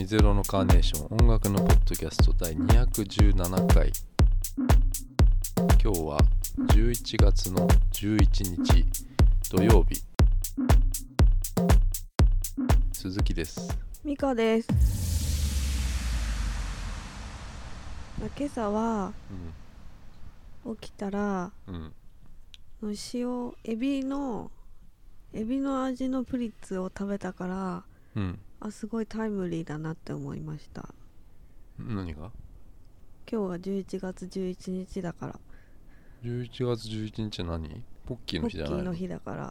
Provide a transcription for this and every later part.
水色のカーネーション音楽のポッドキャスト第217回。今日は11月の11日土曜日。鈴木です。 ミカです。今朝は、起きたら、エビの味のプリッツを食べたから、すごいタイムリーだなって思いました。 何が？ 今日は11月11日だから。 11月11日は何？ポッキーの日じゃないの？ ポッキーの日だから。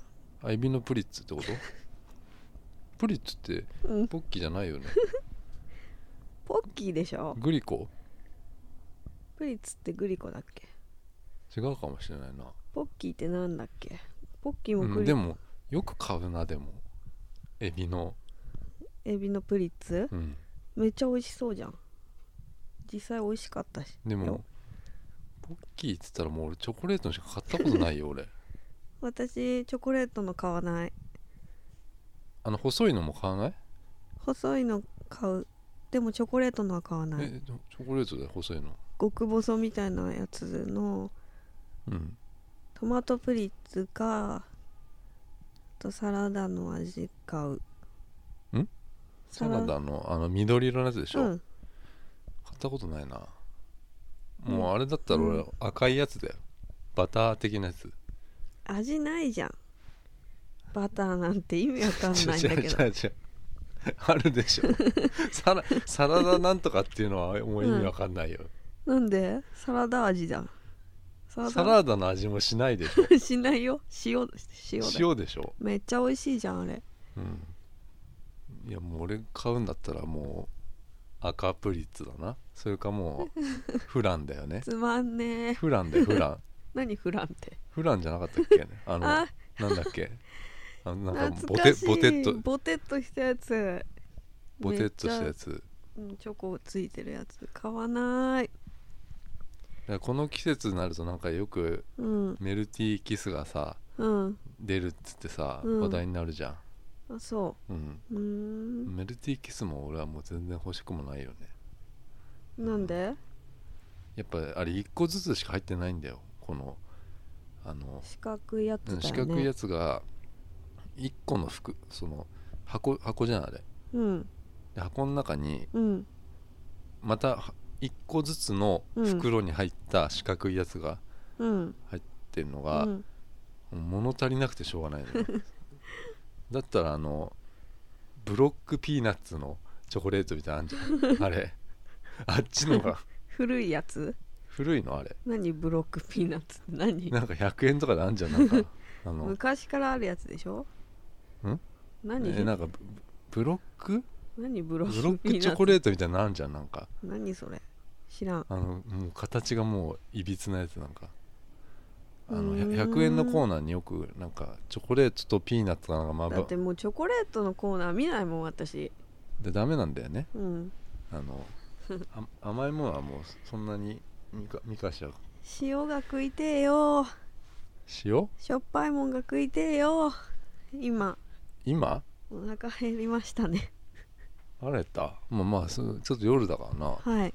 エビのプリッツってこと？プリッツってポッキーじゃないよね。 ポッキーでしょ。 グリコ？ プリッツってグリコだっけ？ 違うかもしれないな。 ポッキーってなんだっけ？ポッキーもグリコ、 でもよく買うな。でもエビのプリッツ、めっちゃ美味しそうじゃん。実際美味しかったし。 でもポッキーって言ったらもう俺チョコレートのしか買ったことないよ俺。 私チョコレートの買わない。 細いのも買わない？ 細いの買う。でもチョコレートのは買わない。 チョコレートで細いの？ 極細みたいなやつの、トマトプリッツかサラダの味買う。 サラダの緑色のやつでしょ、買ったことないな。もうあれだったら俺赤いやつだよ、バター的なやつ。 味ないじゃんバターなんて。意味わかんないんだけど。 違うあるでしょ。サラダなんとかっていうのはもう意味わかんないよ、 なんで？サラダ味じゃん。 サラダの味もしないでしょ。 しないよ。塩でしょ。 めっちゃ美味しいじゃんあれ。 いやもう俺買うんだったらもう赤プリッツだな。それかもうフランだよね。 つまんねえ。 フランだよフラン。 何フランって？ フランじゃなかったっけね。なんだっけ、なんかボテッとしたやつ。 ボテッとしたやつ、 チョコついてるやつ買わない。 この季節になるとなんかよくメルティーキスがさ、出るっつってさ、話題になるじゃん。 あ、そう。 メルティーキスも俺はもう全然欲しくもないよね。 なんで？ やっぱあれ1個ずつしか入ってないんだよ。この四角いやつだよね。 四角いやつが1個のその箱じゃんあれ。で箱の中にまた1個ずつの袋に入った四角いやつが入ってるのが、物足りなくてしょうがないのよ。だったらブロックピーナッツのチョコレートみたいなのあんじゃん。あれあっちのが古いやつ？ 古いのあれ。 何ブロックピーナッツって何？ なんか100円とかであんじゃん。なんか昔からあるやつでしょ。何？ なんかブロック？ 何ブロックピーナッツ？チョコレートみたいなのあんじゃん。なんか何それ？知らん。 もう形がもういびつなやつ。なんか100円のコーナーによくなんかチョコレートとピーナッツがなんかだってもうチョコレートのコーナー見ないもん私。 でダメなんだよね。甘いものはもうそんなにミカシは塩が食いてえよ。 塩？ しょっぱいもんが食いてえよ。今お腹減りましたね。 腹減った？まあちょっと夜だからな。 はい。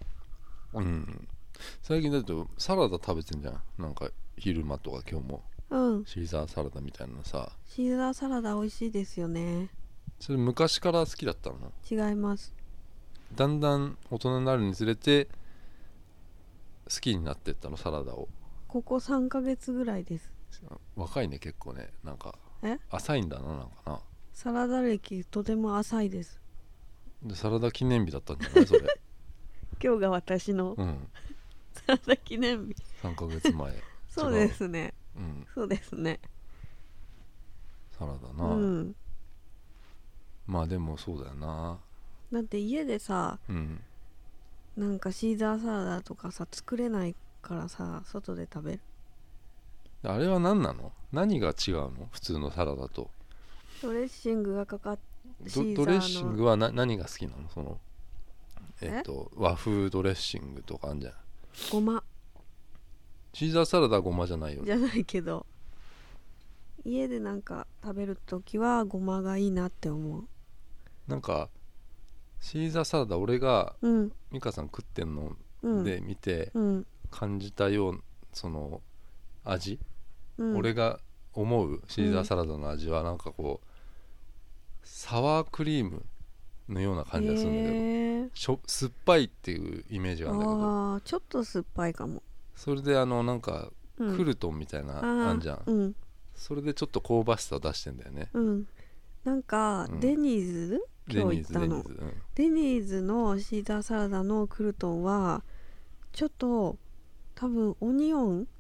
最近だとサラダ食べてんじゃん。なんか昼間とか今日も、シーザーサラダみたいなさ。 シーザーサラダ美味しいですよね。 それ昔から好きだったの？ 違います。 だんだん大人になるにつれて好きになってったの？サラダを。 ここ3ヶ月ぐらいです。 若いね結構ね。なんか浅いんだな。なんかな、 サラダ歴とても浅いです。 でサラダ記念日だったんじゃないそれ？ 今日が私の、サラダ記念日。 3ヶ月前。 そうですね。そうですね。 サラダな。まあでもそうだよな。 だって家でさ、なんかシーザーサラダとかさ作れないからさ、外で食べる。 あれは何なの？何が違うの？普通のサラダと。 ドレッシングがかかってドレッシングは何が好きなの？その和風ドレッシングとかあんじゃん。 ごま。 シーザーサラダはごまじゃないよね。 じゃないけど、家でなんか食べるときはごまがいいなって思う。 なんかシーザーサラダ俺が美香さん食ってんので見て感じたようその味、俺が思うシーザーサラダの味はなんかこうサワークリームのような感じがするんだけど、酸っぱいっていうイメージがあるんだけど、 ちょっと酸っぱいかも。 それでなんかクルトンみたいなあんじゃん、それでちょっと香ばしさを出してんだよね。 なんかデニーズ、今日行ったのデニーズのシーザーサラダのクルトンはちょっと多分オニオン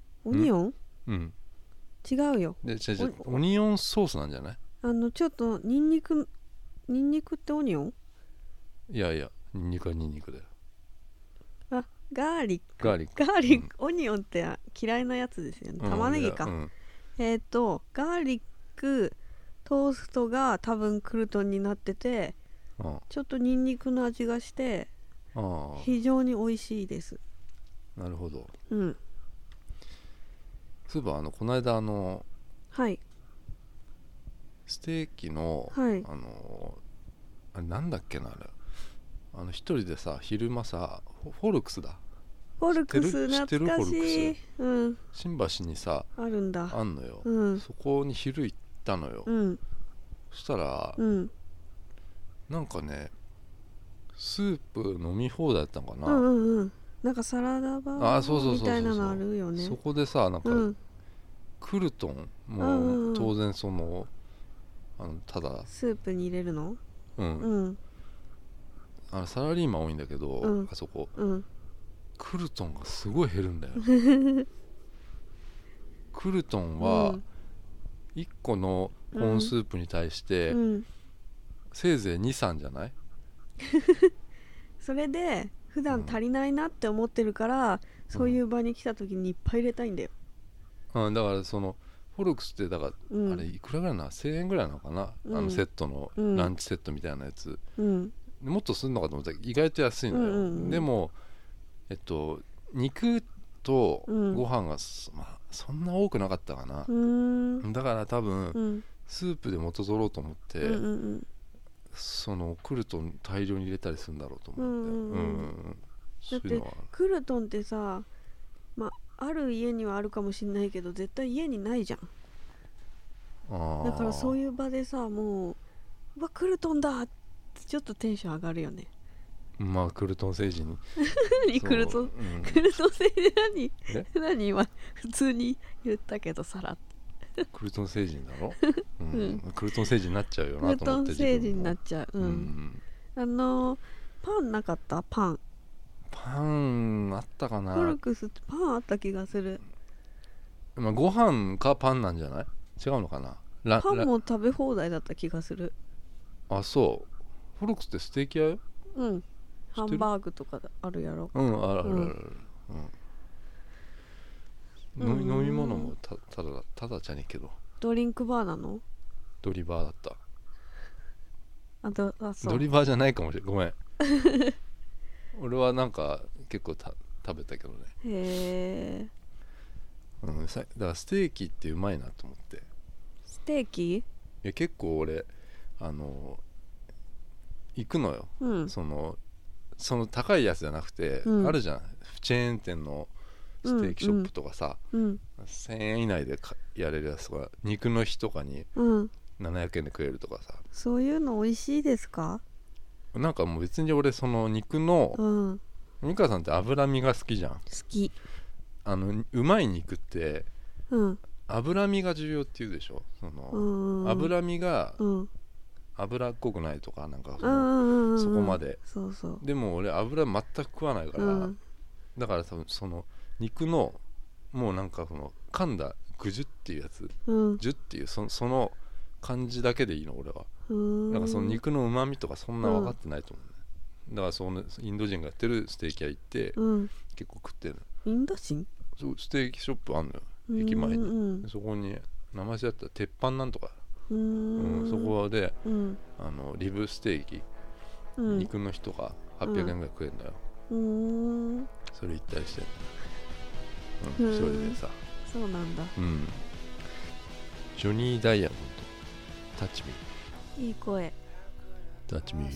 違うよ。 でオニオンソースなんじゃない？ ちょっとニンニクってオニオン？ いやいや、ニンニクはニンニクだよ。 ガーリック、オニオンって嫌いなやつですよね。玉ねぎか。ガーリックトーストが多分クルトンになってて、ちょっとニンニクの味がして非常に美味しいです。 なるほど。そういえばこの間ステーキの、なんだっけなあれ一人でさ昼間さフォルクス懐かしい。新橋にさあるんだ。 あんのよ、そこに昼行ったのよ、そしたら、なんかねスープ飲み放題だったのかな、 なんかサラダバーみたいなのあるよね。 そこでさなんか、クルトンも当然そのただスープに入れるの？ サラリーマン多いんだけど、あそこ、クルトンがすごい減るんだよクルトンは1個のコーンスープに対して、せいぜい 2,3 じゃないそれで普段足りないなって思ってるから、そういう場に来た時にいっぱい入れたいんだよ。 だからそのフォルクスってだから、あれいくらぐらいな1000円ぐらいなのかな、セットの、ランチセットみたいなやつ、もっとするのかと思ったら意外と安いのよ、でも肉とご飯が、そんな多くなかったかな、だから多分、スープで元取ろうと思って、そのクルトン大量に入れたりするんだろうと思って、 だってクルトンってさ、ある家にはあるかもしれないけど絶対家にないじゃん。だからそういう場でさ、もうクルトンだってちょっとテンション上がるよね。 クルトン星人にクルトン星人何今普通に言ったけどさらってクルトン星人だろ、クルトン星人になっちゃうよなと思って。 クルトン星人になっちゃう。パンなかった？パンあったかな。 フォルクスってパンあった気がする。 ご飯かパンなんじゃない？違うのかな。 パンも食べ放題だった気がする。 あ、そう。フォルクスってステーキ屋よ。 ハンバーグとかあるやろ。 ある、飲み物もただじゃねえけど。 ドリンクバーなの？ ドリバーだった。 そうドリバーじゃないかもしれない。ごめん俺はなんか結構食べたけどね。 へえ。 だからステーキってうまいなと思って。 ステーキ？ いや結構俺行くのよ、その高いやつじゃなくて、あるじゃんチェーン店のステーキショップとかさ、1000円以内でやれるやつとか、肉の日とかに700円で食えるとかさ、 そういうの美味しいですか？ なんかもう別に俺その肉の、美香さんって脂身が好きじゃん。好き。 うまい肉って、脂身が重要っていうでしょ。その脂身が、脂っこくないとか、なんかそこまで。でも俺油全く食わないから、だから多分その肉のもうなんかその噛んだグジュっていうやつ、ジュっていうその感じだけでいいの俺は。なんかその肉の旨味とかそんな分かってないと思うね。だからそのインド人がやってるステーキ屋行って、結構食ってるの。 インド人？ そうステーキショップあんのよ、駅前に。そこに名前だったら鉄板なんとか、そこで、リブステーキ、肉の日とか800円ぐらい食えるんだよ。それ行ったりしてる、一人でさ。 そうなんだ。 ジョニー・ダイヤモンドタッチミー。 いい声。 touch me.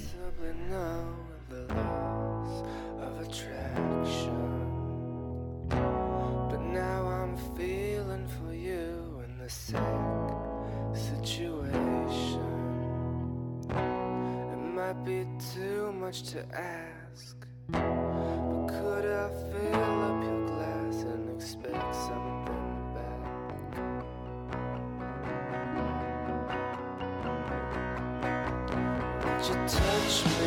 But now I'm feeling for you in the sick situation. It might be too much to ask, but could I fill up your glass and expect something back? Would you touch me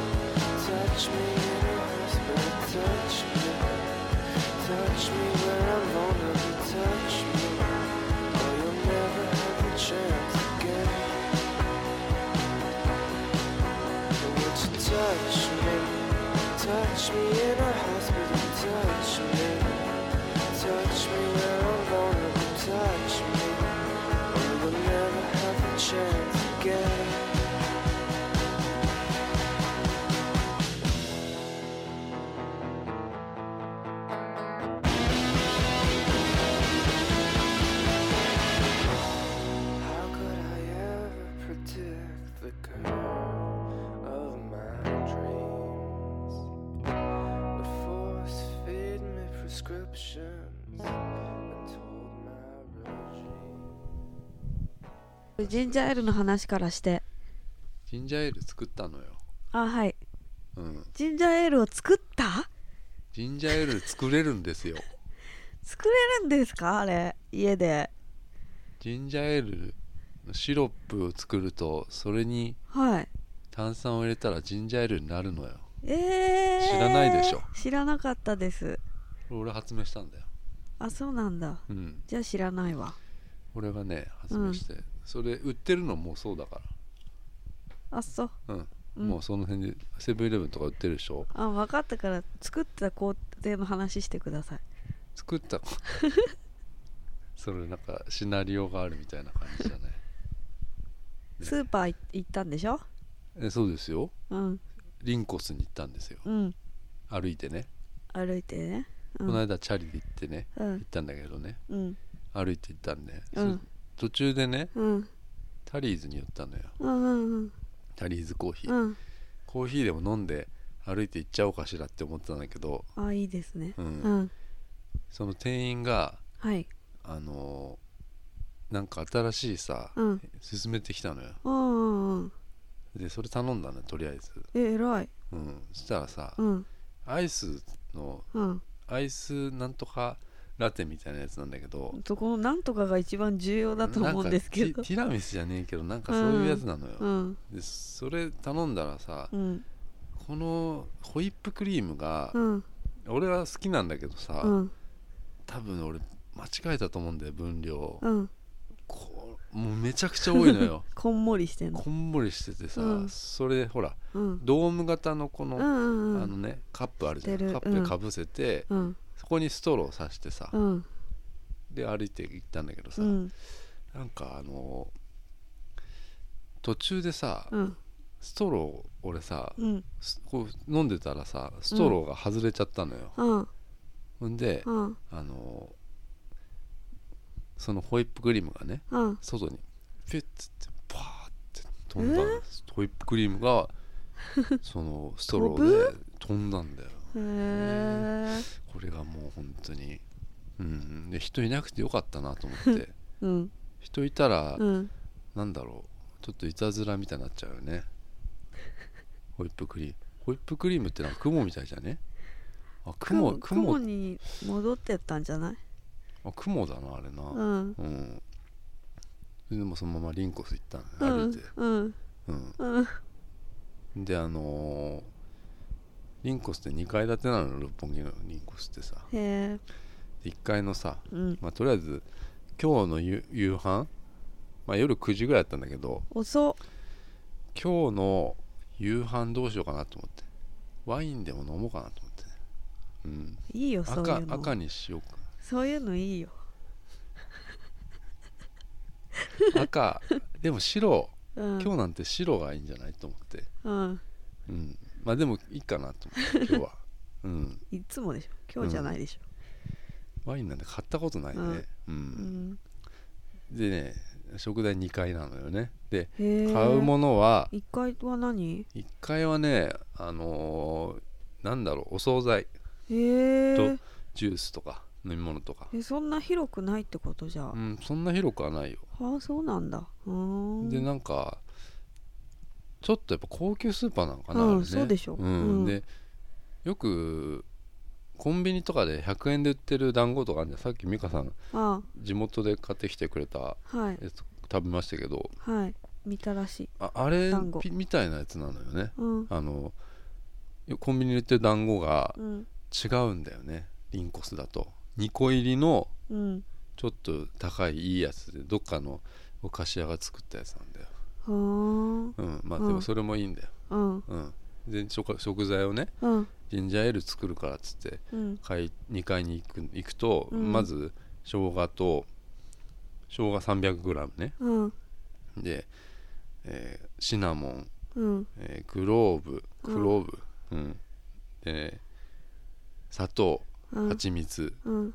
in a whisper, touch me where I'm vulnerable, touch me, or you'll never have the chance again. Would you touch me in a hospital, touch me where I'm vulnerable, touch me, or you'll never have the chance again. ジンジャーエールの話からして。 ジンジャーエール作ったのよ。 あ、はい、 うん、 ジンジャーエールを作った？ ジンジャーエール作れるんですよ。 作れるんですか、あれ、家で。 ジンジャーエールのシロップを作ると、それに炭酸を入れたらジンジャーエールになるのよ。知らないでしょ。 知らなかったです。 俺発明したんだよ。 あ、そうなんだ、うん、じゃあ知らないわ。 俺がね発明して、それ売ってるのもそうだから。 あ、そう、 もうその辺でセブンイレブンとか売ってるでしょ。 あ、分かったから、作った工程の話してください。 作ったそれなんかシナリオがあるみたいな感じじゃないスーパー行ったんでしょ。 そうですよ、 うん、 リンコスに行ったんですよ、 うん、 歩いてね、 うん、 この間チャリで行ってね、行ったんだけどね、歩いて行ったんで、途中でね、タリーズに寄ったのよ、タリーズコーヒー、コーヒーでも飲んで歩いて行っちゃおうかしらって思ってたんだけど、 あ、いいですね、 その店員が、 はい、 なんか新しいさ、勧めてきたのよ、でそれ頼んだのよ、とりあえず。 偉い。 そしたらさ、アイスの、アイスなんとかラテみたいなやつなんだけど、 そこのなんとかが一番重要だと思うんですけど、 ティラミスじゃねえけど、なんかそういうやつなのよ、でそれ頼んだらさ、このホイップクリームが、俺は好きなんだけどさ、多分俺間違えたと思うんだよ、分量、もうめちゃくちゃ多いのよこんもりしてんの、 こんもりしててさ、それでほら、ドーム型のこの、カップあるじゃん、カップでかぶせて、そこにストローさしてさ、で歩いて行ったんだけどさ、なんか途中でさ、ストロー俺さ、こう飲んでたらさ、ストローが外れちゃったのよ、ほんで、そのホイップクリームがね、外にピュッつってパーって飛んだんです、ホイップクリームがそのストローで飛んだんだよ。これがもう本当に、で人いなくてよかったなと思って、人いたら、なんだろう、ちょっといたずらみたいになっちゃうよねホイップクリームってなんか雲みたいじゃね。あ、雲に戻ってったんじゃない。 あ、雲だなあれな、でもそのままリンコス行ったの、歩いて、でリンコスって2階建てなの、六本木のリンコスってさ。1階のさ、とりあえず今日の夕飯、夜9時ぐらいだったんだけど、 遅っ。 今日の夕飯どうしようかなと思って、ワインでも飲もうかなと思ってね、 いいよ、そういうの。 赤にしようか。 そういうのいいよ赤でも白、今日なんて白がいいんじゃないと思って、まあでもいいかなと思って今日は、 いつもでしょ、今日じゃないでしょ、 ワインなんて買ったことないね、でね、 食材2階なのよね。で買うものは 1階は何 ？1階はねなんだろう、お惣菜とジュースとか飲み物とか。 そんな広くないってことじゃ。 うん、そんな広くはないよ。 ああ、そうなんだ。 でなんかちょっとやっぱ高級スーパーなのかな、 うん、 あれね。 そうでしょ、 でよくコンビニとかで100円で売ってる団子とかあるんじゃん。さっき美香さん地元で買ってきてくれたやつ食べましたけど、 はい、見たらしい。 あれみたいなやつなのよね、コンビニで売ってる団子が違うんだよね。リンコスだと2個入りのちょっと高いいいやつで、どっかのお菓子屋が作ったやつなんだよ。まあでもそれもいいんだよ。で食材をね、ジンジャーエール作るからっつって2階に行くと、まず生姜 300g ね、で、シナモン、クローブ、で砂糖、蜂蜜、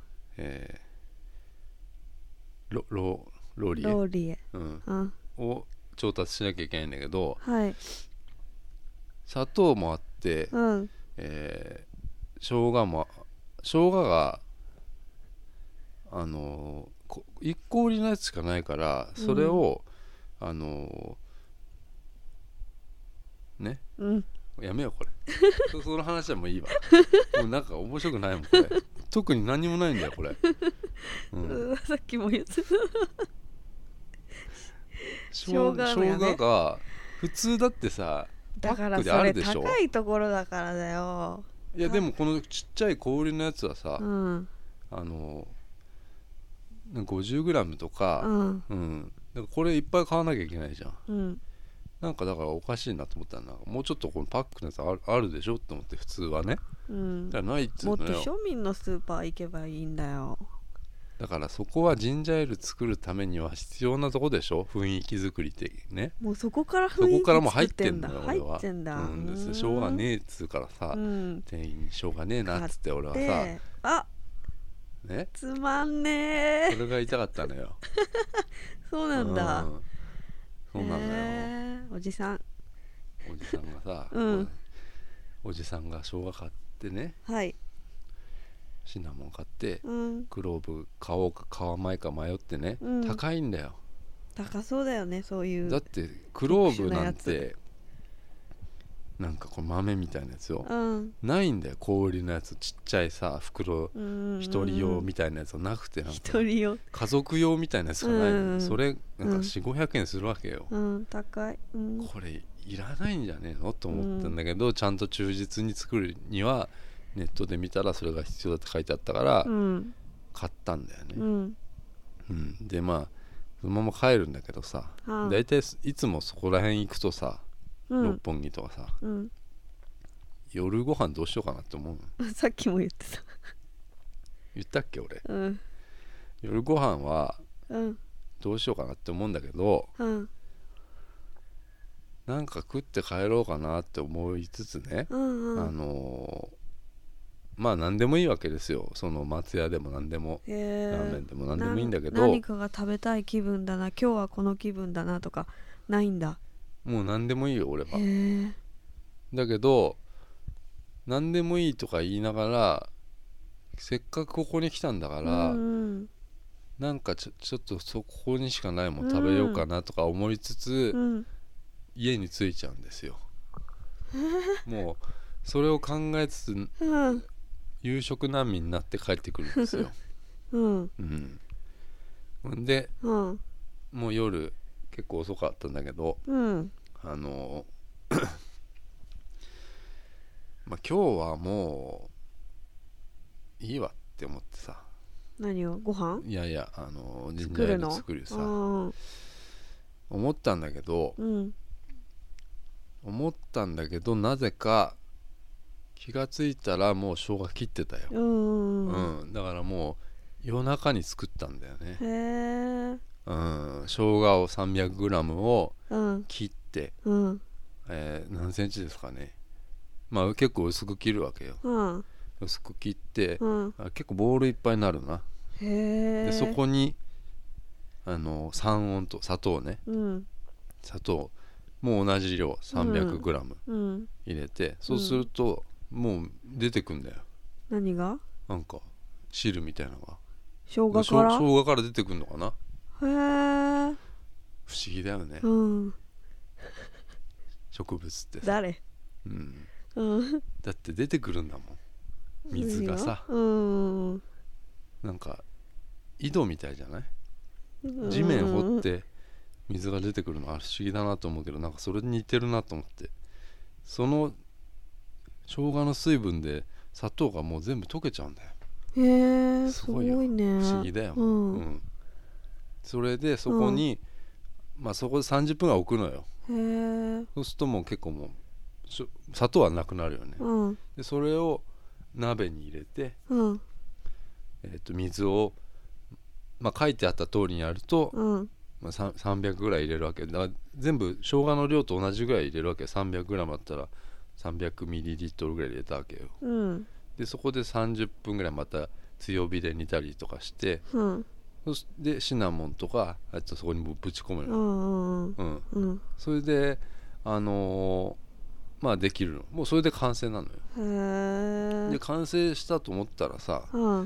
ローリエ、を調達しなきゃいけないんだけど、砂糖もあって、生姜が1個売りのやつしかないから、それをね、やめようこれその話はもういいわもうなんか面白くないもんこれ特に何もないんだよこれ、 さっきも言ってた生姜が普通だってさパックであるでしょ。 だからそれ高いところだからだよ。 いやでもこのちっちゃい小売りのやつはさ、50g とか、だからこれいっぱい買わなきゃいけないじゃん、なんかだからおかしいなと思ったら、もうちょっとこのパックのやつあるでしょって思って、普通はね、だからないっつうのよ。 もっと庶民のスーパー行けばいいんだよ。 だからそこはジンジャーエール作るためには必要なとこでしょ、雰囲気作りってね。 もうそこから雰囲気作ってんだ。そこからもう入ってんだよ俺は。 入ってんだ。 しょうがねえっつうからさ、店員にしょうがねえなっつって俺はさ、ね、 つまんねえ。 それが言いたかったのよそうなんだ、 そうなんだよ、 おじさんがさ、おじさんが生姜買ってね、シナモン買って、クローブ買おうか買わないか迷ってね、高いんだよ。 高そうだよね、そういう。 だってクローブなんてなんかこの豆みたいなやつよ、ないんだよ、小売りのやつ。ちっちゃいさ袋、一人用みたいなやつはなくて、なんか家族用みたいなやつがない、それなんか 4,500 円するわけよ、 高い、 これいらないんじゃねえのと思ったんだけど、ちゃんと忠実に作るにはネットで見たらそれが必要だって書いてあったから、買ったんだよね、でまあそのまま帰るんだけどさ、だいたいいつもそこら辺行くとさ、六本木とかさ、夜ご飯どうしようかなって思うさっきも言ってた言ったっけ俺、夜ご飯はどうしようかなって思うんだけど、なんか食って帰ろうかなって思いつつね、まあ何でもいいわけですよ。その松屋でも何でも、ラーメンでも何でもいいんだけど、 何かが食べたい気分だな、今日はこの気分だなとかないんだ。 もう何でもいいよ俺は。だけど何でもいいとか言いながら、せっかくここに来たんだから、なんかちょっとここにしかないもん食べようかなとか思いつつ、家に着いちゃうんですよもうそれを考えつつ、夕食難民になって帰ってくるんですよで、もう夜結構遅かったんだけど、まあ今日はもういいわって思ってさ。 何を？ご飯？ いやいや、ジンジャーエール作るさ、思ったんだけど、なぜか気がついたらもう生姜切ってたよ、だからもう夜中に作ったんだよね。生姜を 300g を切って、何センチですかね、まあ結構薄く切るわけよ、薄く切って、結構ボウルいっぱいになるな。でそこに三温糖、砂糖ね、砂糖もう同じ量 300g 入れて、そうするともう出てくんだよ。 何が？ なんか汁みたいなのが生姜から出てくんのかな。 へえ、 不思議だよね、植物ってさ。 誰？ だって出てくるんだもん、水がさ。なんか井戸みたいじゃない？地面掘って水が出てくるのは不思議だなと思うけど、なんかそれに似てるなと思って、その生姜の水分で砂糖がもう全部溶けちゃうんだよ。 へえ、すごいね。 不思議だよ、それでそこに、そこで30分は置くのよ。 へえ。 そうするともう結構もう砂糖はなくなるよね、でそれを鍋に入れて、水を、書いてあった通りにやると、300ぐらい入れるわけだから、全部生姜の量と同じぐらい入れるわけ。 300g だったら 300ml ぐらい入れたわけよ、でそこで30分ぐらいまた強火で煮たりとかして、でシナモンとかそこにぶち込むの、それでできるの。もうそれで完成なのよ。で完成したと思ったらさ、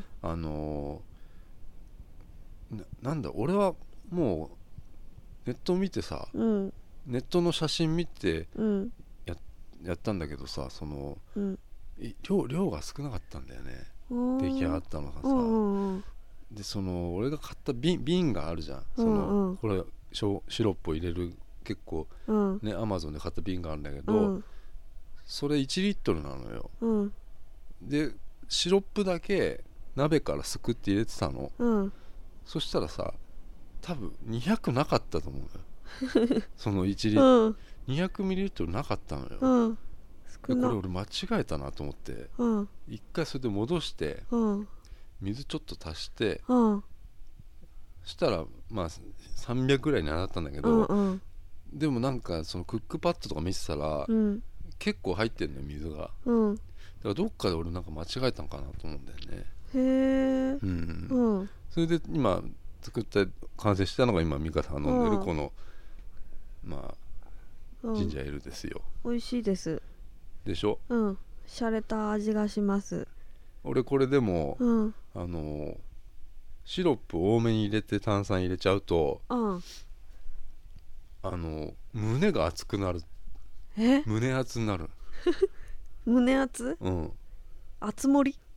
なんだ俺はもうネット見てさ、ネットの写真見てやったんだけどさ、その、量が少なかったんだよね、出来上がったのがさ。でその俺が買った瓶があるじゃん、そのこれシロップを入れる結構ね、アマゾンで買った瓶があるんだけど、それ1リットルなのよ、でシロップだけ鍋からすくって入れてたの、そしたらさ多分200なかったと思うよその1リットル、200ミリリットルなかったのよ、これ俺間違えたなと思って、一回それで戻して、水ちょっと足して、したら300ぐらいになったんだけど、でもなんかそのクックパッドとか見てたら、結構入ってんのよ水が、だからどっかで俺なんか間違えたのかなと思うんだよね。 へえ、それで今作った完成したのが今美香さん飲んでるこのジンジャーエールですよ。 美味しいです。 でしょ。 洒落た味がします。 俺これでも、シロップ多めに入れて炭酸入れちゃうと、胸が熱くなる。胸熱になる胸熱？熱盛り？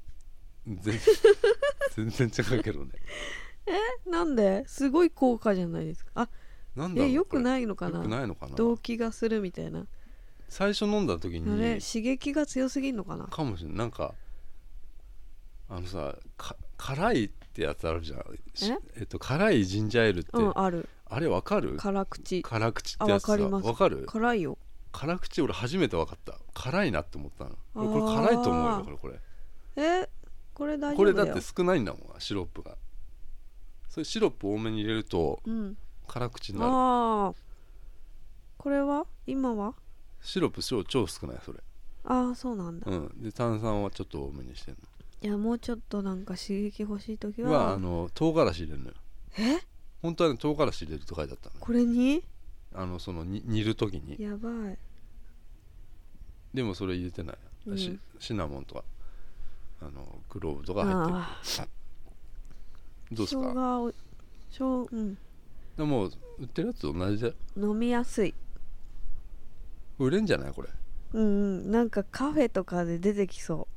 全然違うけどねなんで？すごい効果じゃないですか。 なんだろう、 よくないのかな。 よくないのかな。 動悸がするみたいな。 最初飲んだ時に刺激が強すぎんのかな。 かもしれない。なんかさ辛いってやつあるじゃん。辛いジンジャーエールって、 ある。 あれわかる？ 辛口ってやつさ。わかる？ 辛いよ。 辛口俺初めて分かった。辛いなって思ったの。これ辛いと思うよこれ。 これ大丈夫だよ。 これだって少ないんだもんシロップが。それシロップ多めに入れると辛口になる。 これは今はシロップ超少ないそれ。 そうなんだ。 で炭酸はちょっと多めにしてんの。 いやもうちょっとなんか刺激欲しい時は唐辛子入れるのよ。本当はね唐辛子入れると書いてあったの。 これにその煮る時に。 やばい。 でもそれ入れてない、シナモンとかクローブとか入ってる。どうですか？でも売ってるやつと同じだよ。 飲みやすい。 売れんじゃないこれ。 なんかカフェとかで出てきそう。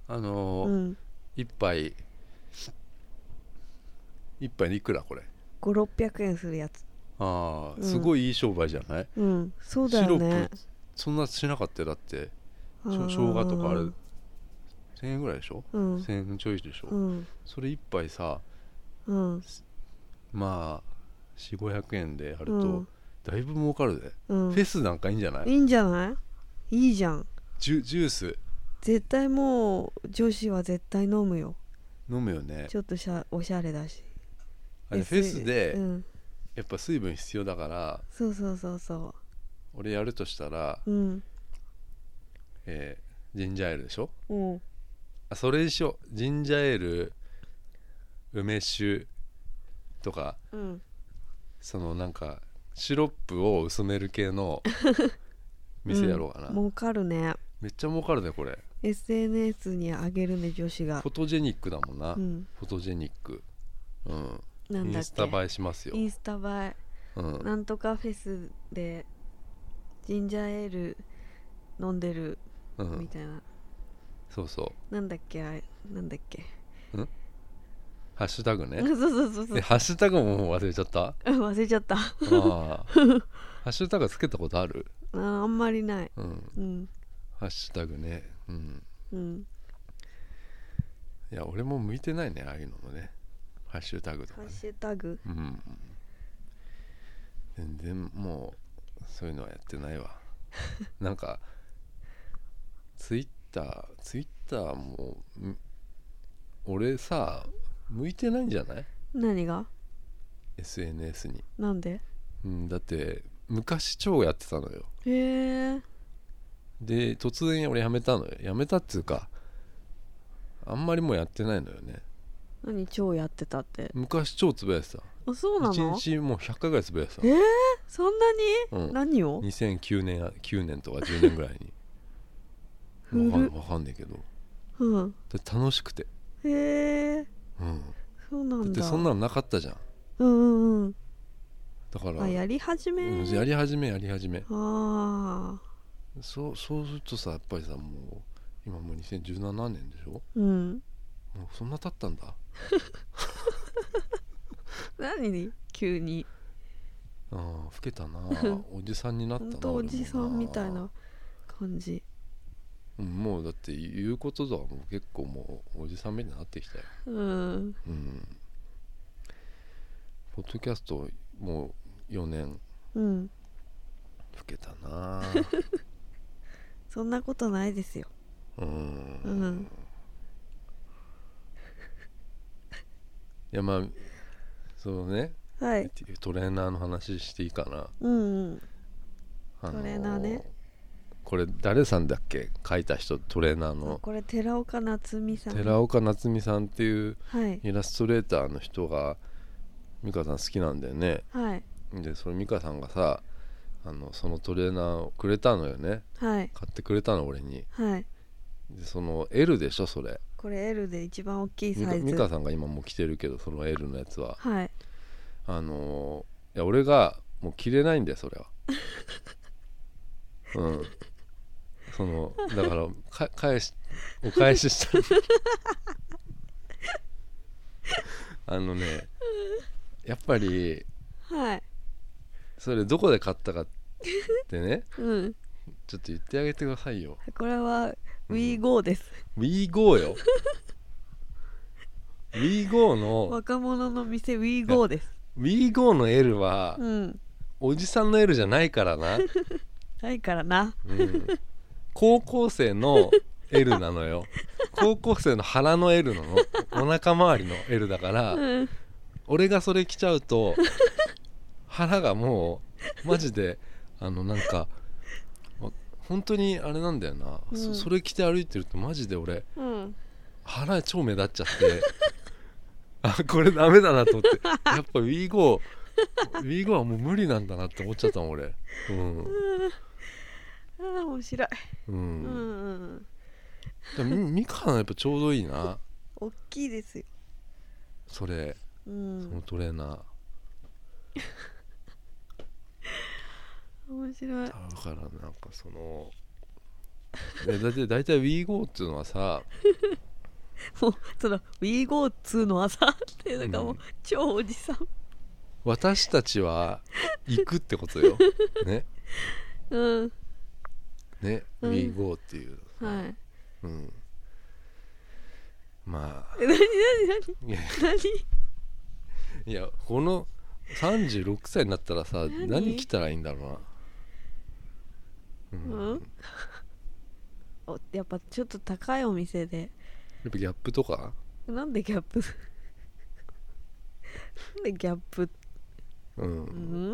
一杯でいくらこれ？500、600円するやつ。 すごいいい商売じゃない？ そうだよね。 シロップそんなしなかったよ。だって生姜とかあれ1000円ぐらいでしょ、1000円ちょいでしょ、それ一杯さ、400-500円でやるとだいぶ儲かるで、フェスなんかいいんじゃない？ いいんじゃない？いいじゃん。 ジュース絶対もう女子は絶対飲むよ。 飲むよね。 ちょっとおしゃれだし。 フェスで、やっぱ水分必要だから。 そう俺やるとしたら、ジンジャーエールでしょ、それにしよう。ジンジャーエール梅酒とか、 そのなんかシロップを薄める系の店やろうかな、 儲かるね。 めっちゃ儲かるねこれ。 SNS に上げるね女子が。 フォトジェニックだもんな、 うん、 フォトジェニック、うん、 なんだっけ、 インスタ映えしますよ。 インスタ映え、 うん、 なんとかフェスでジンジャーエール飲んでるみたいな、うん、 そうそう、 なんだっけあれ、なんだっけ、 んハッシュタグねそうそうそうそう。 ハッシュタグももう忘れちゃった。 忘れちゃったあハッシュタグつけたことある？ あんまりない、 うんうん、 ハッシュタグね、うん、 うん、 いや俺も向いてないねああいうのもね、ハッシュタグとか、ね、 ハッシュタグ、 うん、全然もうそういうのはやってないわなんかツイッターも俺さ向いてないんじゃない？ 何が SNS に。 なんで？ うん、だって昔超やってたのよ。 へえ。 で突然俺やめたのよ。やめたっていうかあんまりもうやってないのよね。 何超やってたって？ 昔超つぶやいてた。 あ、そうなの ？1日もう100回ぐらいつぶやいてた。 そんなに、 うん、 何を 2009年とか10年ぐらいにわかんないけど、 うん、 楽しくて。 へえ、 うん、 そうなんだ。 だってそんなのなかったじゃん。 うんうんうん。 だからあ、やり始め、 うん、やり始めああ、 そうするとさ、やっぱりさ、もう今もう2017年でしょ。 うん、 もうそんな経ったんだ何急に。 ああ、老けたなおじさんになったな。 ほんとおじさんみたいな感じ。 うん、もうだって言うこととはもう結構もうおじさんみたいになってきたよ。 うん、うん、 ポッドキャストもう4年、 うん、 老けたなそんなことないですよ。うん、 いや、まあそうね、 はい、 トレーナーの話していいかな。 うんうん、トレーナーね。 これ誰さんだっけ、書いた人、トレーナーの。 これ寺岡夏美さん。 寺岡夏美さんっていうイラストレーターの人が美香さん好きなんだよね。 はい。 でそれ美香さんがさ、そのトレーナーをくれたのよね。 はい。 買ってくれたの俺に。 はい。でその L でしょそれ。 これ L で一番大きいサイズ。 美香さんが今もう着てるけど、その L のやつは。 はい。 いや俺がもう着れないんだよそれは。うん。だからお返ししたね、やっぱり、 はい、 それどこで買ったかってね、 うん、 ちょっと言ってあげてくださいよ。 これは WeGo です、 WeGo よWeGo の若者の店 WeGo です。 WeGo の L は、うん、おじさんの L じゃないからなないからな、 うん、高校生の L なのよ高校生の腹の L なの、お腹周りの L だから、うん、俺がそれ着ちゃうと腹がもうマジでなんか本当にあれなんだよな、うん、それ着て歩いてるとマジで俺、うん、腹超目立っちゃってあ、これダメだなと思ってやっぱ WeGo はもう無理なんだなって思っちゃったもん俺、うん、 ああ面白い、 うん、うん、ミカはやっぱちょうどいいな。 大きいですよそれ、うん、そのトレーナー面白い。 だからなんかだいたい WeGo っていうのはさもうその WeGo っつうのはさっていうのがもう超おじさん、 私たちは行くってことよね、 うんね、 うん、 WeGo っていう、 はい、 うん、まあ何いやこの36歳になったらさ、何着たらいいんだろうな。 うん、やっぱちょっと高いお店で、 やっぱギャップとか。 なんでギャップなんでギャップ、 うん、うん、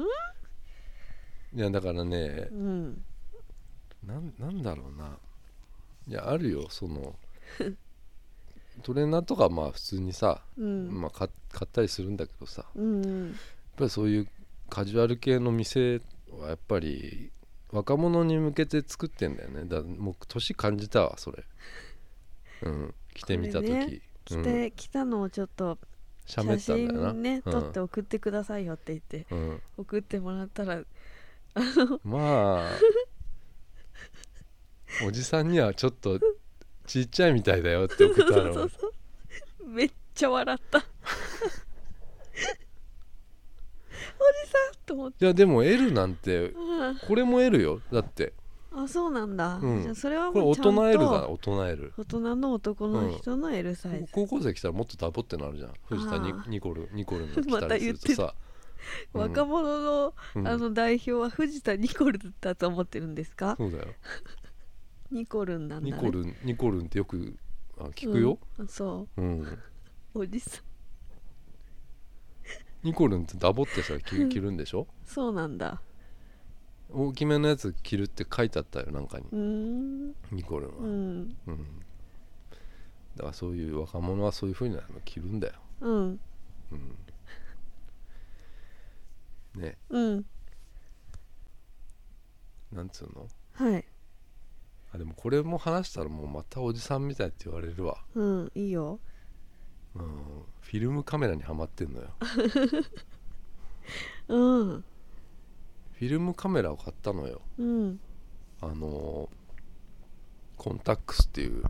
いやだからね、うん、なんだろうな、いやあるよトレーナーとかまあ普通にさ、うん、まあ、買ったりするんだけどさ、うんうん、やっぱりそういうカジュアル系の店はやっぱり若者に向けて作ってんだよね。もう年感じたわそれ。来てみた時、ね、 来たのをちょっと写真ね撮って送ってくださいよって言って、送ってもらったらまあおじさんにはちょっとちっちゃいみたいだよって送ったの。 そうめっちゃ笑ったおじさんと思って。 いやでも L なんてこれも L よだって。 あ、そうなんだ、じゃあそれはもうちゃんとこれ大人 L だ。大人 L、 大人の男の人の L サイズ、 高校生来たらもっとダボってなるじゃん。藤田ニコルの来たりするとさ若者の、代表は藤田ニコルだと思ってるんですか？ そうだよニコルンなんだね。 ニコルンってよく聞くよ、 そう、おじさんニコルンってダボってさ着るんでしょそうなんだ。 大きめのやつ着るって書いてあったよなんかに。ニコルンは、だからそういう若者はそういう風なの着るんだよ。ね、なんつうの。 はい。 でもこれも話したらもうまたおじさんみたいって言われるわ。 いいよ。 フィルムカメラにハマってんのよ。フィルムカメラを買ったのよ。コンタックスっていう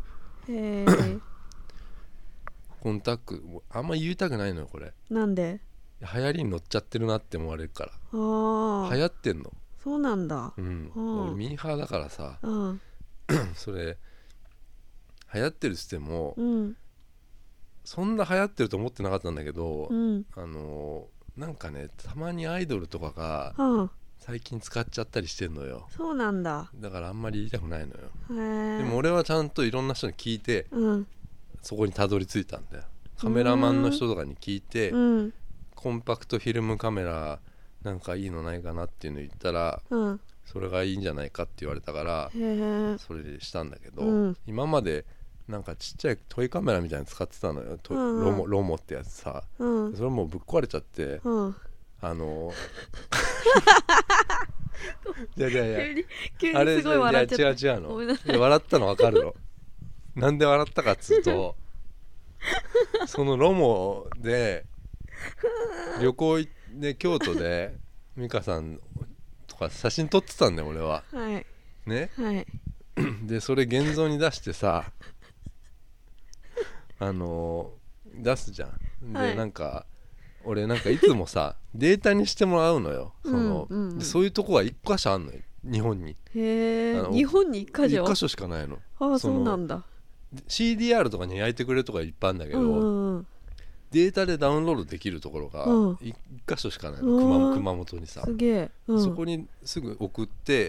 コンタックあんま言いたくないのよこれ。 なんで？ 流行りに乗っちゃってるなって思われるから。流行ってんの。 そうなんだ。 俺ミーハーだからさ、それ流行ってるっつっても、そんな流行ってると思ってなかったんだけど、なんかねたまにアイドルとかが最近使っちゃったりしてんのよ。 そうなんだ。 だからあんまり言いたくないのよ。でも俺はちゃんといろんな人に聞いて、そこにたどり着いたんだよ。カメラマンの人とかに聞いて、コンパクトフィルムカメラなんかいいのないかなっていうの言ったら、それがいいんじゃないかって言われたからそれでしたんだけど、今までなんかちっちゃいトイカメラみたいに使ってたのよ、ロモってやつさ、それもうぶっ壊れちゃって、いや急にすごい笑っちゃった。 違うの笑ったの分かるの。なんで笑ったかっつうとそのロモで旅行で京都で美香さんとか写真撮ってたんだよ俺は。ね、でそれ現像に出してさ出すじゃん。でなんか俺なんかいつもさデータにしてもらうのよ。でそういうとこは1箇所あんのよ日本に。 日本に1箇所？ 1箇所しかないの。 そうなんだ。 CDR とかに焼いてくれるとかいっぱいあるんだけど、データでダウンロードできるところが1箇所しかないの。熊本にさ。 すげえ、 そこにすぐ送って、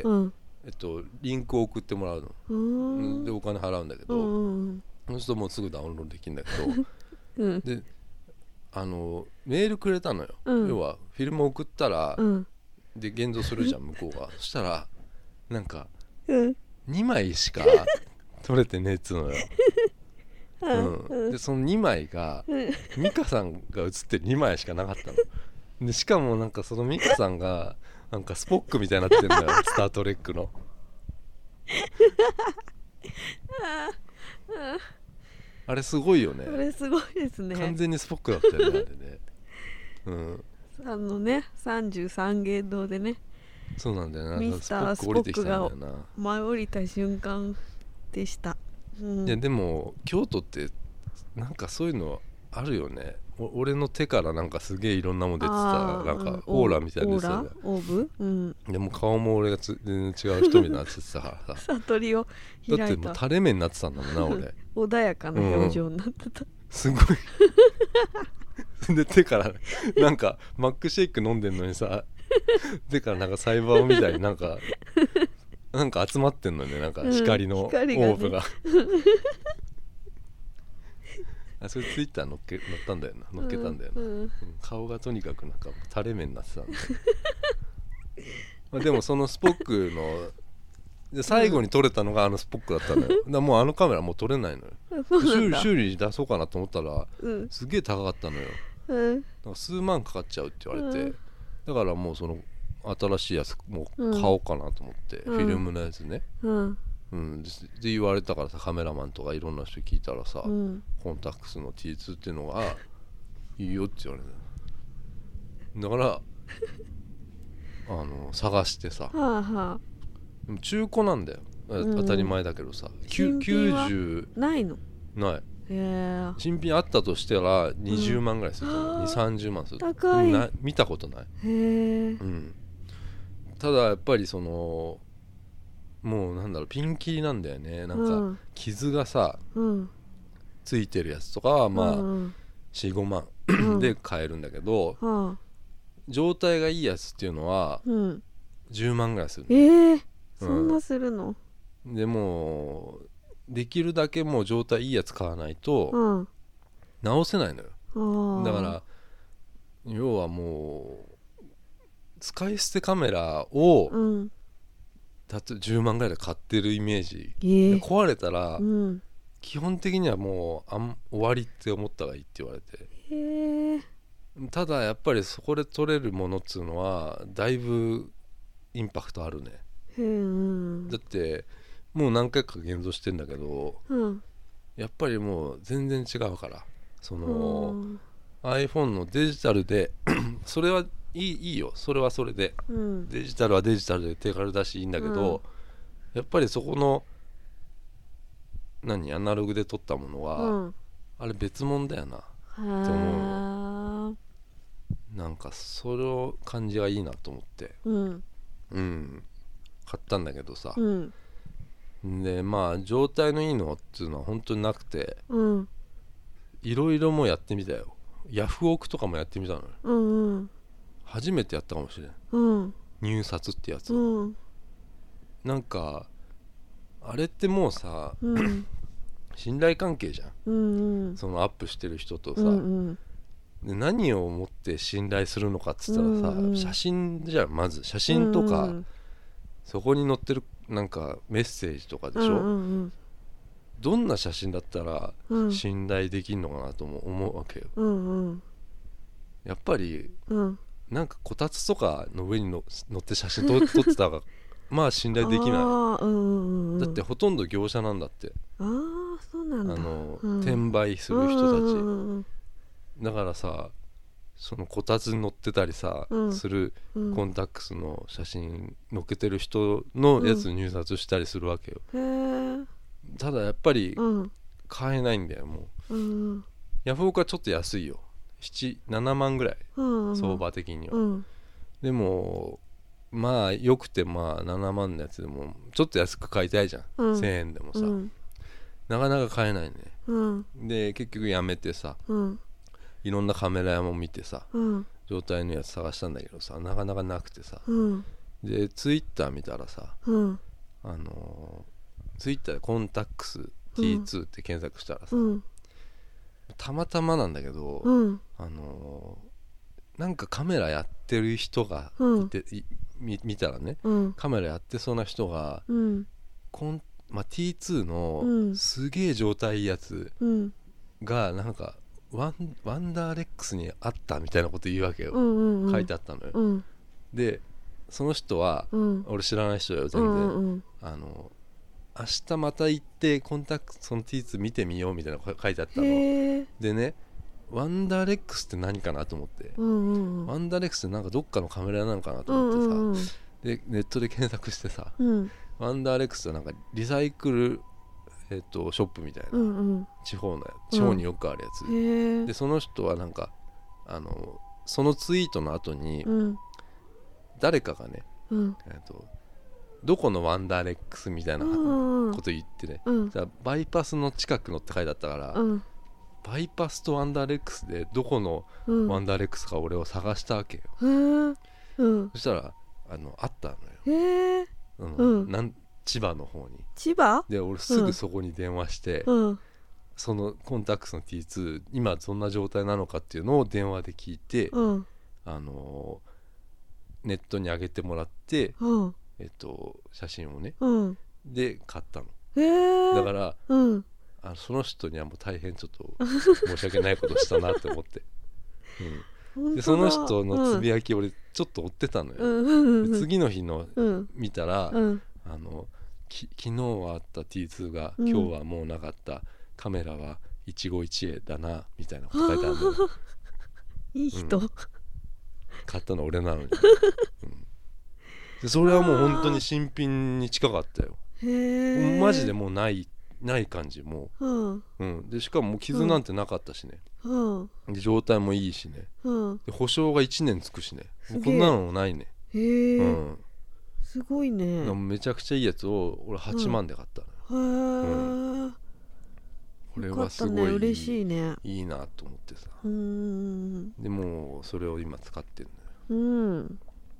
リンクを送ってもらうの。でお金払うんだけど、そうするともうすぐダウンロードできるんだけど、でメールくれたのよ。要はフィルム送ったら、で現像するじゃん向こうが。そしたらなんか、2枚しか撮れてねえっつうのよ。でその2枚が美香さんが写ってる2枚しかなかったので、しかもなんかその美香さんがなんかスポックみたいになってんだよスタートレックのあれすごいよね。 あれすごいですね。 完全にスポックだったよねあれね。 33芸堂でね、 そうなんだよな。 ミスタースポックが舞い降りた瞬間でした。いやでも京都ってなんかそういうのあるよね。俺の手からなんかすげえいろんなもん出てた。なんかオーラみたいなやつだよね。 オーブ、 でも顔も俺が全然違う人みたいになってたからさ悟りを開いた。 だってもう垂れ目になってたんだもんな俺穏やかな表情になってた、 すごいで手からなんかマックシェイク飲んでんのにさ手からなんかサイバーみたいになんか集まってんのね。なんか光のオーブが、それツイッター乗っけたんだよな。顔がとにかくなんか垂れ目になってたんででもそのスポックので最後に撮れたのがスポックだったのよ。だからもうカメラもう撮れないのよ。修理出そうかなと思ったら、すげえ高かったのよ。だから数万かかっちゃうって言われて、 だからもうその新しいやつもう買おうかなと思って、フィルムのやつね、で言われたからさ、カメラマンとかいろんな人聞いたらさ、コンタックスの T2 っていうのがいいよって言われた。だから探してさ、でも中古なんだよ、当たり前だけどさ、90 ないの？ ない。新品あったとしたら20万ぐらいすると思う、2、30万する。 高い。 見たことない。ただやっぱりそのもうなんだろう、ピンキリなんだよね。なんか傷がさ、ついてるやつとかはまあ 4,5 万で買えるんだけど、状態がいいやつっていうのは10万ぐらいする。 そんなするの？ でもできるだけもう状態いいやつ買わないと直せないのよ。だから要はもう使い捨てカメラを10万ぐらいで買ってるイメージ、で壊れたら基本的にはもう終わりって思った方がいいって言われて、ただやっぱりそこで撮れるものっつうのはだいぶインパクトあるね。だってもう何回か現像してんだけど、やっぱりもう全然違うから、その iPhone のデジタルでそれはいいよ、それはそれで、デジタルはデジタルで手軽だしいいんだけど、やっぱりそこのアナログで撮ったものは、あれ別物だよなって思う。なんかその感じがいいなと思って、買ったんだけどさ、でまあ状態のいいのっていうのは本当になくて、いろいろもうやってみたよ。ヤフオクとかもやってみたのよ、初めてやったかもしれん、入札ってやつ、なんかあれってもうさ、信頼関係じゃん、そのアップしてる人とさ、で何をもって信頼するのかっつったらさ、写真じゃん。まず写真とか、そこに載ってるなんかメッセージとかでしょ、どんな写真だったら信頼できるのかなと思うわけよ、やっぱり、なんかこたつとかの上に乗って写真撮ってた方がまあ信頼できない、だってほとんど業者なんだって。 そうなんだ。 転売する人たち、だからさ、そのこたつに乗ってたりさ、するコンタックスの写真載っけてる人のやつ入札したりするわけよ、ただやっぱり買えないんだよもう、ヤフオクはちょっと安いよ、7万ぐらい、相場的には、でもまあよくてまあ7万のやつでもちょっと安く買いたいじゃん、1000円でもさ、なかなか買えないね、で結局やめてさ、いろんなカメラ屋も見てさ、状態のやつ探したんだけどさ、なかなかなくてさ、でツイッター見たらさ、ツイッターでコンタックス T2 って検索したらさ、たまたまなんだけど、なんかカメラやってる人がいて、見たらね、カメラやってそうな人が、T2 のすげえ状態いいやつがなんかワンダーレックスにあったみたいなこと言うわけよ、書いてあったのよ、でその人は、俺知らない人だよ全然、明日また行ってコンタクトその T2 見てみようみたいなの書いてあったのでね、ワンダーレックスって何かなと思って、ワンダーレックスってなんかどっかのカメラなのかなと思ってさ、でネットで検索してさ、ワンダーレックスってなんかリサイクルショップみたいな、地方によくあるやつ、でその人はなんかそのツイートの後に、誰かがね、どこのワンダーレックスみたいなこと言ってね、じゃあバイパスの近くのって書いてあったから、バイパスとワンダーレックスでどこのワンダーレックスか俺を探したわけよ、そしたらあったのよ、千葉の方に。 千葉で俺すぐそこに電話して、そのコンタックスの T2 今どんな状態なのかっていうのを電話で聞いて、ネットに上げてもらって、写真をね、で買ったの、だから、その人にはもう大変ちょっと申し訳ないことしたなって思って、 でその人のつぶやき俺ちょっと追ってたのよ、で次の日の見たら、昨日はあった T2 が今日はもうなかった、カメラは一期一会だなみたいなこと書いてあるのよいい人、 買ったの俺なのに、でそれはもう本当に新品に近かったよ。 へえ、 マジでもうない感じもう、でしかももう傷なんてなかったしね、で状態もいいしね、で保証が1年つくしね、もうこんなのもないね。 へえ、すごいね。 めちゃくちゃいいやつを俺8万で買ったのよ。これはすごい嬉しいね、 いいなと思ってさ、でもうそれを今使ってるのよ。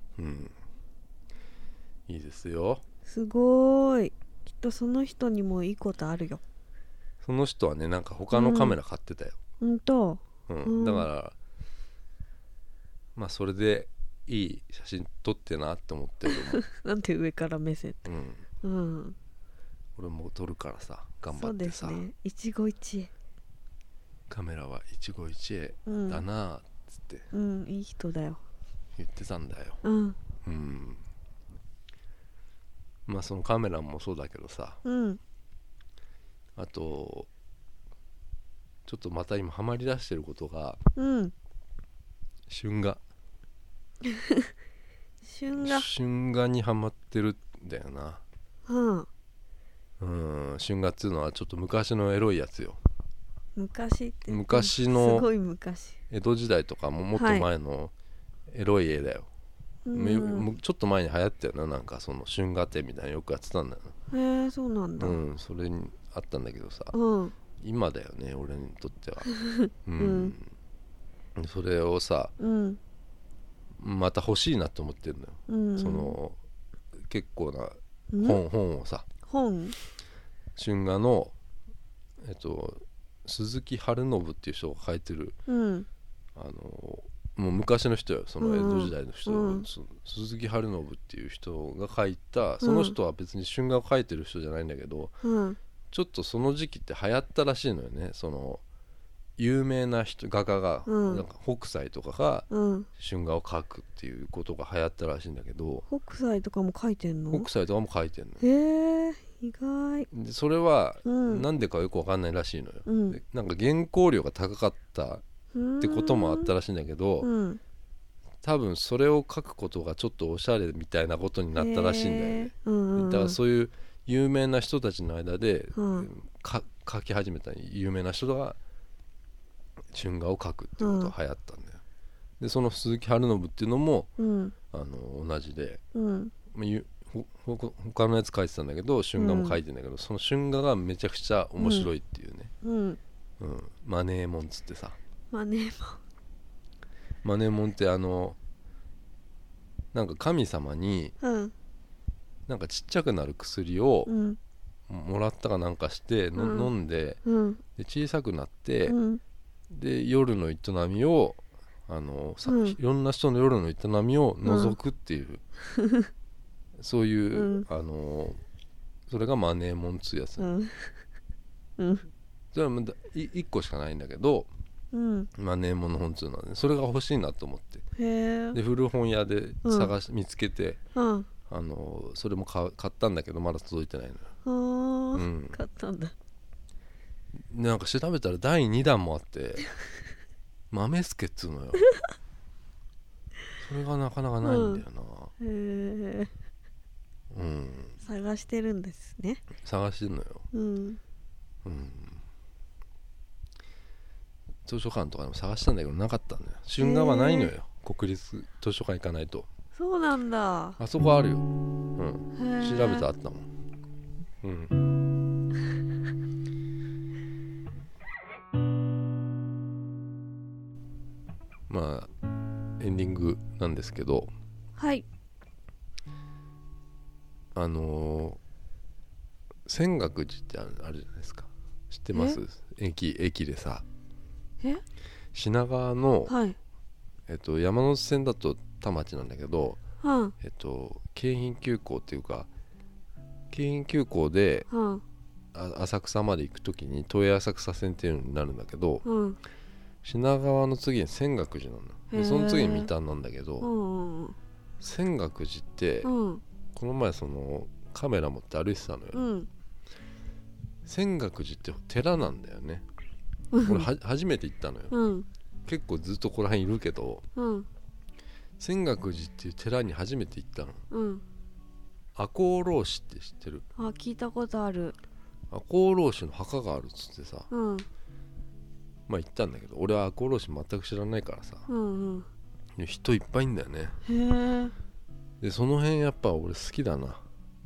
いいですよ。 すごい。きっとその人にもいいことあるよ。 その人はねなんか他のカメラ買ってたよ。だからまあそれでいい写真撮ってなって思ってるなんて上から目線って、俺も撮るからさ頑張ってさ。そうですね、 一期一会、 カメラは一期一会だなっつって、 いい人だよ言ってたんだよ。まあそのカメラもそうだけどさ、あとちょっとまた今ハマりだしてることが、春画春画にハマってるんだよな。春画っていうのはちょっと昔のエロいやつよ。 昔って昔のすごい昔、 江戸時代とかももっと前のエロい絵だよ。ちょっと前に流行ったよな、なんかその春画展みたいなのよくやってたんだよ。 へえ、そうなんだ。 それにあったんだけどさ、今だよね俺にとっては。それをさ、また欲しいなと思ってるのよ。その結構な本をさ、春画の鈴木春信っていう人が書いてる、もう昔の人よ、その江戸時代の人、鈴木春信っていう人が書いた、その人は別に春画を描いてる人じゃないんだけど、ちょっとその時期って流行ったらしいのよね。その有名な画家が、なんか北斎とかが春画を描くっていうことが流行ったらしいんだけど、 北斎とかも描いてんの？ 北斎とかも描いてんの。 へえ、意外。 でそれはなんでかよく分かんないらしいのよ。でなんか原稿料が高かったってこともあったらしいんだけど、多分それを書くことがちょっとおしゃれみたいなことになったらしいんだよね。だからそういう有名な人たちの間で、書き始めた有名な人が春画を描くっていうことが流行ったんだよ。でその鈴木春信っていうのも、同じで、他のやつ描いてたんだけど春画も描いてんだけど、その春画がめちゃくちゃ面白いっていうね。マネーモンつってさ、マネーモンってなんか神様に、なんかちっちゃくなる薬をもらったかなんかして、飲んで、で小さくなって、で夜の営みをいろんな人の夜の営みを覗くっていう、そういう、それがマネーモンつうやつ、それは1個しかないんだけど、マネーモンの本つうのはね、それが欲しいなと思って、で古本屋で見つけて、それも買ったんだけどまだ届いてないのよ。 買ったんだ。 なんか調べたら第2弾もあって豆助っつうのよ。それがなかなかないんだよな。 探してるんですね。 探してるのよ。図書館とかでも探したんだけどなかったんだよ。春画はないのよ。国立図書館行かないと。 そうなんだ。 あそこあるよ。調べたらあったもん。まあエンディングなんですけど、 はい、 泉岳寺ってあるじゃないですか。知ってます？駅でさ、品川の、山手線だと田町なんだけど、京浜急行っていうか京浜急行で、浅草まで行くときに都営浅草線っていうのになるんだけど、 品川の次に泉岳寺なので、その次に三田なんだけど、泉岳寺って、この前そのカメラ持って歩いてたのよ、泉岳寺って寺なんだよね。俺初めて行ったのよ、結構ずっとここら辺いるけど、泉岳寺っていう寺に初めて行ったの。赤穂浪士って知ってる？ あ、聞いたことある。 赤穂浪士の墓があるっつってさ、まあ行ったんだけど、俺は赤穂浪士全く知らないからさ、人いっぱいいんだよね。 へえ。 でその辺やっぱ俺好きだな。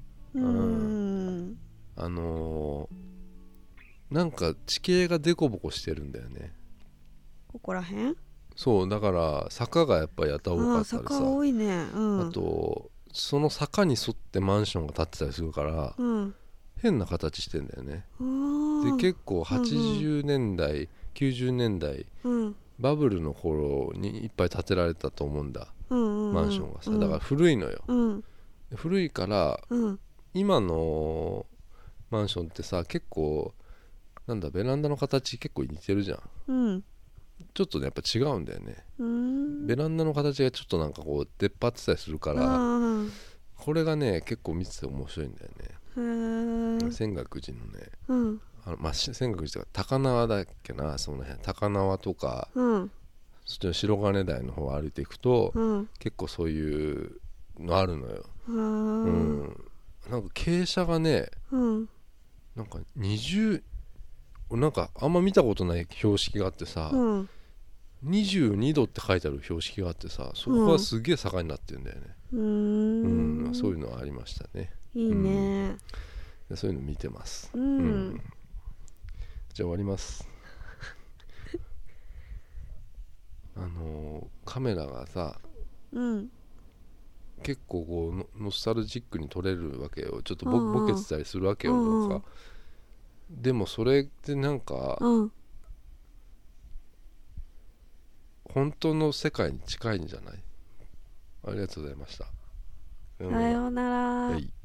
なんか地形がデコボコしてるんだよね、 ここら辺。 そうだから坂がやっぱりやた多かったりさ、 坂多いね、 あとその坂に沿ってマンションが建ってたりするから、変な形してんだよね。で結構80年代、90年代、バブルの頃にいっぱい建てられたと思うんだ、マンションがさ。だから古いのよ、古いから、今のマンションってさ結構なんだベランダの形結構似てるじゃん、ちょっとねやっぱ違うんだよね。ベランダの形がちょっとなんかこう出っ張ってたりするから、これがね結構見てて面白いんだよね。泉岳寺のね、泉岳寺とか高輪だっけな、その辺高輪とか、そっちの白金台の方を歩いていくと、結構そういうのあるのよ。なんか傾斜がね、なんかなんかあんま見たことない標識があってさ、22度って書いてある標識があってさ、そこはすげえ坂になってるんだよね。そういうのはありましたね。 いいね、 そういうの見てます。じゃあ終わります。カメラがさ、結構こうノスタルジックに撮れるわけよ。ちょっとボケてたりするわけよ、なんか。でもそれってなんか、本当の世界に近いんじゃない？ありがとうございました。 さようなら。 はい。